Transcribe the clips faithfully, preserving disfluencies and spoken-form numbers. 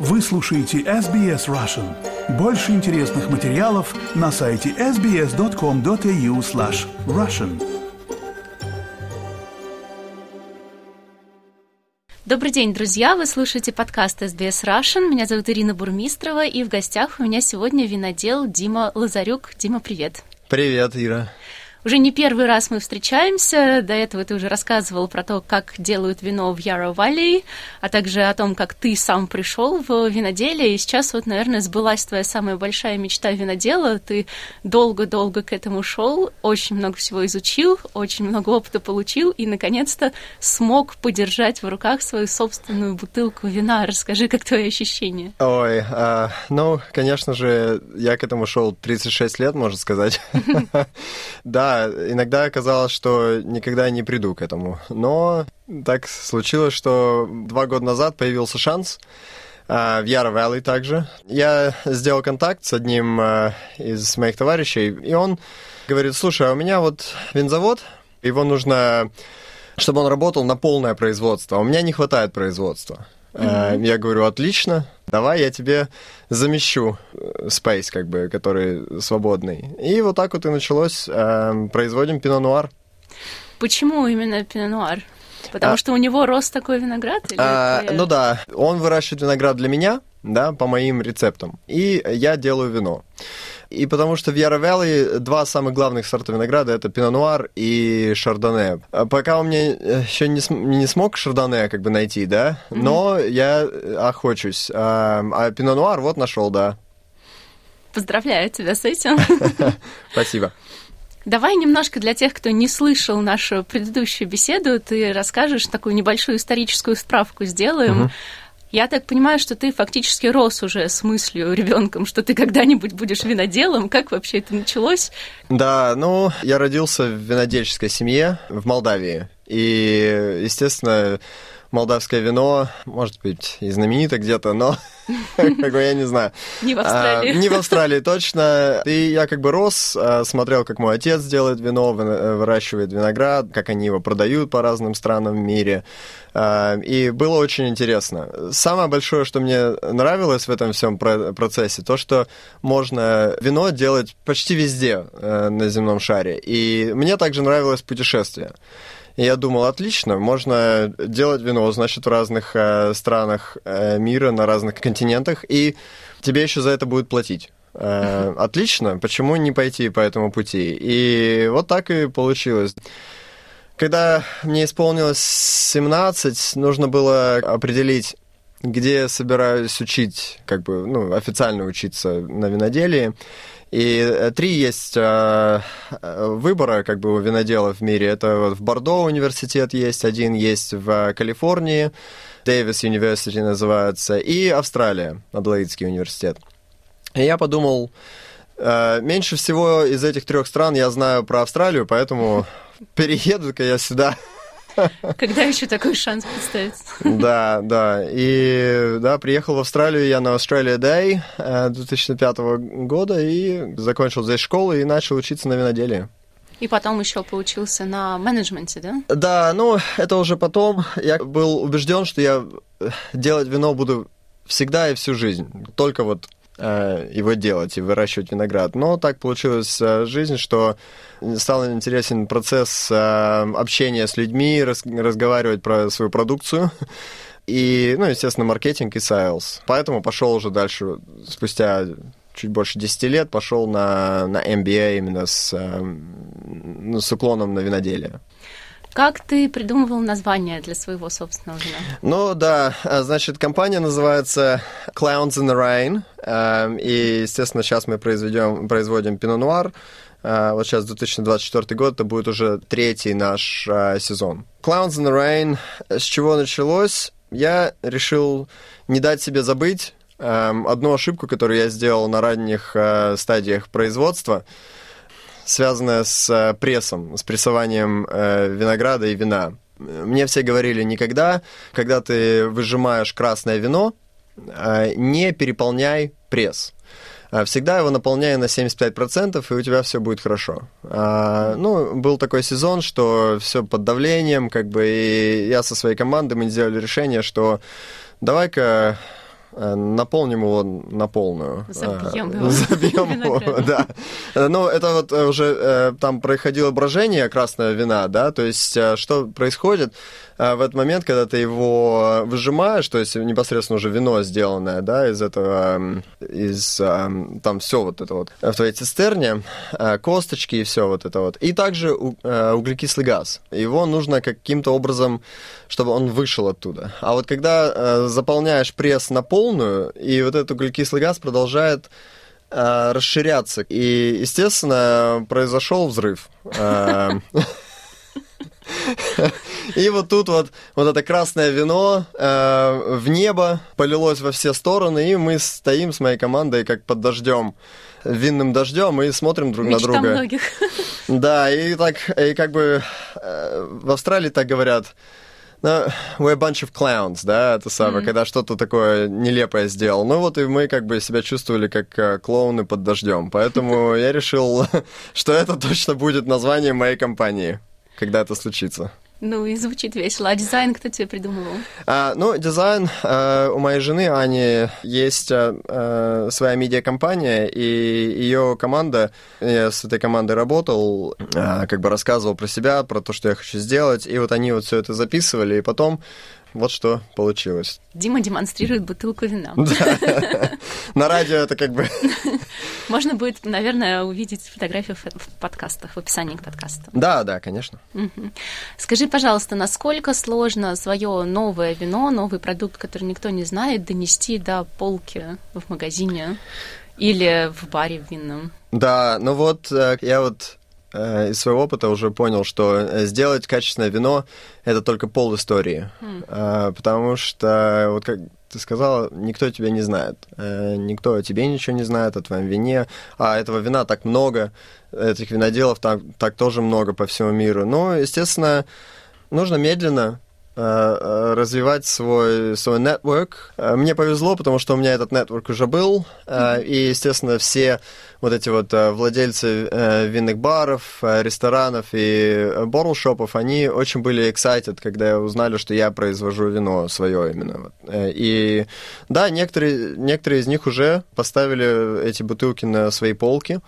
Вы слушаете эс би эс Russian. Больше интересных материалов на сайте эс би эс точка ком точка эй ю слэш Russian. Добрый день, друзья! Вы слушаете подкаст эс би эс Russian. Меня зовут Ирина Бурмистрова, и в гостях у меня сегодня винодел Дима Лазарюк. Дима, привет! Привет, Ира! Уже не первый раз мы встречаемся. До этого ты уже рассказывал про то, как делают вино в Yarra Valley, а также о том, как ты сам пришел в виноделие. И сейчас вот, наверное, сбылась твоя самая большая мечта винодела. Ты долго-долго к этому шел, очень много всего изучил, очень много опыта получил и, наконец-то, смог подержать в руках свою собственную бутылку вина. Расскажи, как твои ощущения? Ой, а, ну, конечно же, я к этому шел тридцать шесть лет, можно сказать. Да, иногда казалось, что никогда не приду к этому. Но так случилось, что два года назад появился шанс а, в Yarra Valley также. Я сделал контакт с одним а, из моих товарищей, и он говорит: слушай, а у меня вот винзавод, его нужно, чтобы он работал на полное производство, а у меня не хватает производства. Mm-hmm. Я говорю: отлично, давай я тебе замещу space, как бы, который свободный. И вот так вот и началось. Производим пино-нуар. Почему именно пино-нуар? Потому а, что у него рос такой виноград? Или а, это... Ну да, он выращивает виноград для меня, да, по моим рецептам. И я делаю вино. И потому что в Yarra Valley два самых главных сорта винограда — это пино-нуар и шардоне. Пока у меня еще не, см- не смог шардоне как бы найти, да, mm-hmm. но я охочусь. А, а пино-нуар вот нашел, да. Поздравляю тебя с этим. Спасибо. Давай немножко для тех, кто не слышал нашу предыдущую беседу, ты расскажешь, такую небольшую историческую справку сделаем. Mm-hmm. Я так понимаю, что ты фактически рос уже с мыслью ребенком, что ты когда-нибудь будешь виноделом. Как вообще это началось? Да, ну, я родился в винодельческой семье в Молдавии. И, естественно, молдавское вино, может быть, и знаменито где-то, но как бы я не знаю. Не в Австралии. А, не в Австралии, точно. И я как бы рос, смотрел, как мой отец делает вино, выращивает виноград, как они его продают по разным странам в мире. И было очень интересно. Самое большое, что мне нравилось в этом всем процессе, то, что можно вино делать почти везде на земном шаре. И мне также нравилось путешествие. И я думал: отлично, можно делать вино, значит, в разных э, странах э, мира, на разных континентах, и тебе еще за это будут платить. Э, отлично, почему не пойти по этому пути? И вот так и получилось. Когда мне исполнилось семнадцать, нужно было определить, где я собираюсь учить, как бы, ну, официально учиться на виноделии. И три есть э, выбора, как бы, у виноделов в мире. Это вот в Бордо университет есть, один есть в Калифорнии, Davis University называется, и Австралия, Аделаидский университет. И я подумал, э, меньше всего из этих трех стран я знаю про Австралию, поэтому перееду-ка я сюда. Когда еще такой шанс представится? Да, да. И да, приехал в Австралию я на Australia Day две тысячи пятого года и закончил здесь школу и начал учиться на виноделии. И потом еще поучился на менеджменте, да? Да, ну, это уже потом. Я был убежден, что я делать вино буду всегда и всю жизнь. Только вот его делать и выращивать виноград. Но так получилась жизнь, что стал интересен процесс общения с людьми, разговаривать про свою продукцию. И, ну, естественно, маркетинг и sales. Поэтому пошел уже дальше, спустя чуть больше десяти лет, пошел на, на эм би эй именно с, ну, с уклоном на виноделие. Как ты придумывал название для своего собственного вина? Ну да, значит, компания называется Clowns in the Rain, и, естественно, сейчас мы произведем, производим пино-нуар. Вот сейчас две тысячи двадцать четвёртый год, это будет уже третий наш сезон. Clowns in the Rain, с чего началось? Я решил не дать себе забыть одну ошибку, которую я сделал на ранних стадиях производства, связанная с прессом, с прессованием э, винограда и вина. Мне все говорили: никогда, когда ты выжимаешь красное вино, э, не переполняй пресс. Всегда его наполняй на семьдесят пять процентов, и у тебя все будет хорошо. А, ну, был такой сезон, что все под давлением, как бы, и я со своей командой, мы сделали решение, что давай-ка наполним его на полную. Забьем его. Забьем его, да. Ну, это вот уже там происходило брожение красного вина, да, то есть что происходит в этот момент, когда ты его выжимаешь, то есть непосредственно уже вино сделанное, да, из этого, из, там все вот это вот в твоей цистерне, косточки и все вот это вот. И также углекислый газ. Его нужно каким-то образом, чтобы он вышел оттуда. А вот когда заполняешь пресс на полную, и вот этот углекислый газ продолжает расширяться. И, естественно, произошел взрыв. И вот тут вот, вот это красное вино э, в небо полилось во все стороны, и мы стоим с моей командой как под дождем, винным дождем, и смотрим друг Мечта на друга. Многих. Да, и так, и как бы э, в Австралии так говорят, ну, we're a bunch of clowns, да, это самое, mm-hmm. когда что-то такое нелепое сделал. Ну вот и мы как бы себя чувствовали как э, клоуны под дождем, поэтому я решил, что это точно будет название моей компании, когда это случится. Ну и звучит весело. А дизайн кто тебе придумывал? А, ну, дизайн а, у моей жены Ани есть а, своя медиакомпания, и ее команда, я с этой командой работал, а, как бы рассказывал про себя, про то, что я хочу сделать, и вот они вот все это записывали, и потом вот что получилось. Дима демонстрирует бутылку вина. Да. На радио это как бы... Можно будет, наверное, увидеть фотографию в подкастах, в описании к подкасту. Да, да, конечно. Угу. Скажи, пожалуйста, насколько сложно свое новое вино, новый продукт, который никто не знает, донести до полки в магазине или в баре винном? Да, ну вот я вот... из своего опыта уже понял, что сделать качественное вино – это только пол истории. Mm. Потому что, вот как ты сказала, никто тебя не знает. Никто о тебе ничего не знает, о твоем вине. А этого вина так много, этих виноделов так, так тоже много по всему миру. Но, естественно, нужно медленно развивать свой, свой network. Мне повезло, потому что у меня этот network уже был, mm-hmm. и, естественно, все вот эти вот владельцы винных баров, ресторанов и ботлшопов, они очень были excited, когда узнали, что я произвожу вино свое именно. И да, некоторые, некоторые из них уже поставили эти бутылки на свои полки.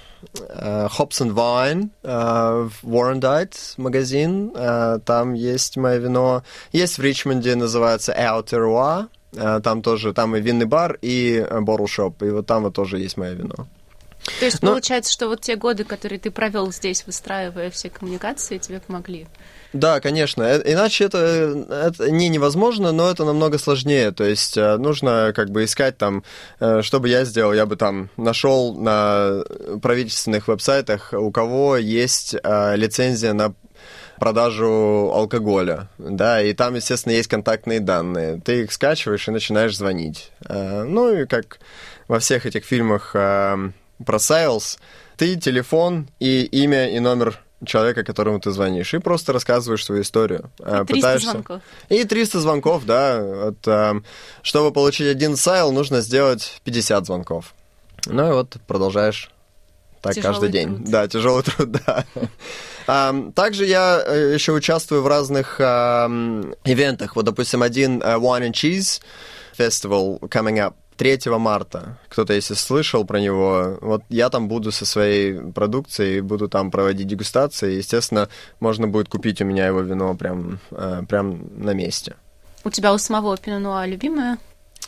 Uh, Hops and Wine uh, в Warrandyte магазин, uh, там есть мое вино. Есть в Ричмонде, называется Aotearoa, uh, там тоже, там и винный бар, и ботлшоп, и вот там вот тоже есть мое вино. То есть Но... получается, что вот те годы, которые ты провел здесь, выстраивая все коммуникации, тебе помогли? Да, конечно. Иначе это, это не невозможно, но это намного сложнее. То есть нужно как бы искать там, что бы я сделал, я бы там нашел на правительственных веб-сайтах, у кого есть лицензия на продажу алкоголя, да, и там, естественно, есть контактные данные. Ты их скачиваешь и начинаешь звонить. Ну и как во всех этих фильмах про sales, ты телефон и имя и номер человека, которому ты звонишь, и просто рассказываешь свою историю. И триста пытаешься... звонков. И триста звонков, да. Вот, чтобы получить один сайл, нужно сделать пятьдесят звонков. Ну и вот продолжаешь так тяжелый каждый день. Труд. Да, тяжелый труд, да. Также я еще участвую в разных ивентах. Вот, допустим, один Wine and Cheese Festival coming up третьего марта. Кто-то, если слышал про него, вот я там буду со своей продукцией, буду там проводить дегустации. Естественно, можно будет купить у меня его вино прям, прям на месте. У тебя у самого Пино Нуар любимое?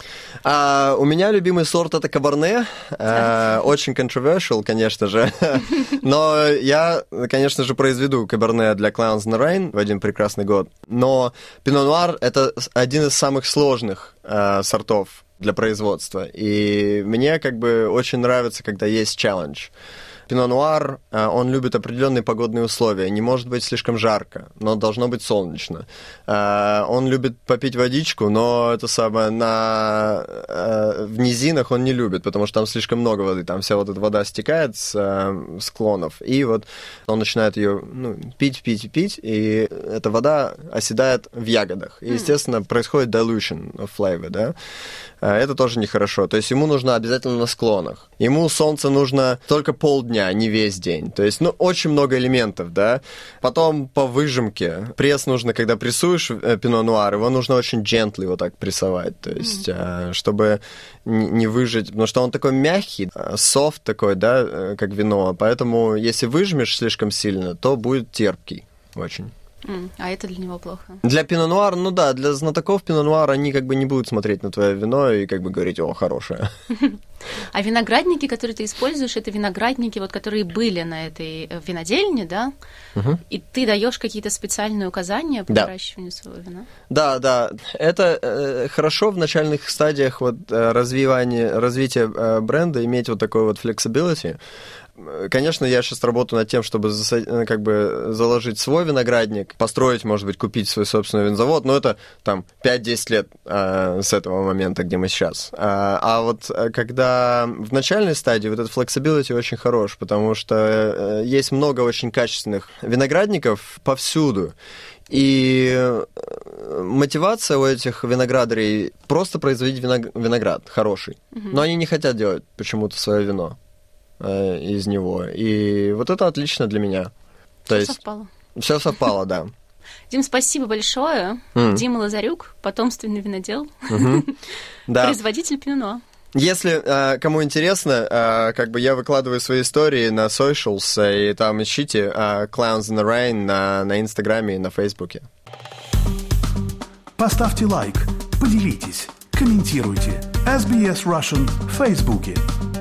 А, у меня любимый сорт это Кабарне. А, очень controversial, конечно же. Но я, конечно же, произведу Кабарне для Clowns on the Rain в один прекрасный год. Но Пино Нуар это один из самых сложных а, сортов для производства. И мне как бы очень нравится, когда есть челлендж. Пино Нуар, он любит определенные погодные условия. Не может быть слишком жарко, но должно быть солнечно. Он любит попить водичку, но это самое, на, в низинах он не любит, потому что там слишком много воды. Там вся вот эта вода стекает с склонов. И вот он начинает ее ну, пить, пить, пить, и эта вода оседает в ягодах. И, естественно, происходит dilution of flavor, да? Это тоже нехорошо. То есть ему нужно обязательно на склонах. Ему солнце нужно только полдня дня, не весь день. То есть, ну, очень много элементов, да. Потом по выжимке. Пресс нужно, когда прессуешь пино нуар, его нужно очень gently вот так прессовать. То есть, mm. чтобы не выжать, потому что он такой мягкий, софт такой, да, как вино. Поэтому, если выжмешь слишком сильно, то будет терпкий очень. Mm, а это для него плохо? Для пино-нуар, ну да, для знатоков пино-нуар они как бы не будут смотреть на твое вино и как бы говорить, о, хорошее. А виноградники, которые ты используешь, это виноградники, вот, которые были на этой винодельне, да? Угу. И ты даешь какие-то специальные указания по да. выращиванию своего вина? Да, да. Это э, хорошо в начальных стадиях вот, развивания, развития э, бренда иметь вот такой вот flexibility. Конечно, я сейчас работаю над тем, чтобы засад... как бы заложить свой виноградник, построить, может быть, купить свой собственный винзавод, но это там пять-десять лет э, с этого момента, где мы сейчас. А, а вот когда в начальной стадии вот этот flexibility очень хорош, потому что э, есть много очень качественных виноградников повсюду. И мотивация у этих виноградарей просто производить виног... виноград хороший. Mm-hmm. Но они не хотят делать почему-то свое вино из него. И вот это отлично для меня. То есть совпало. Все совпало, да. Дим, спасибо большое. Mm. Дима Лазарюк, потомственный винодел, mm-hmm. да. производитель пино нуар. Если э, кому интересно, э, как бы я выкладываю свои истории на socials, и там ищите э, Clowns in the Rain на, на Инстаграме и на Фейсбуке. Поставьте лайк, поделитесь, комментируйте. эс би эс Russian в Фейсбуке.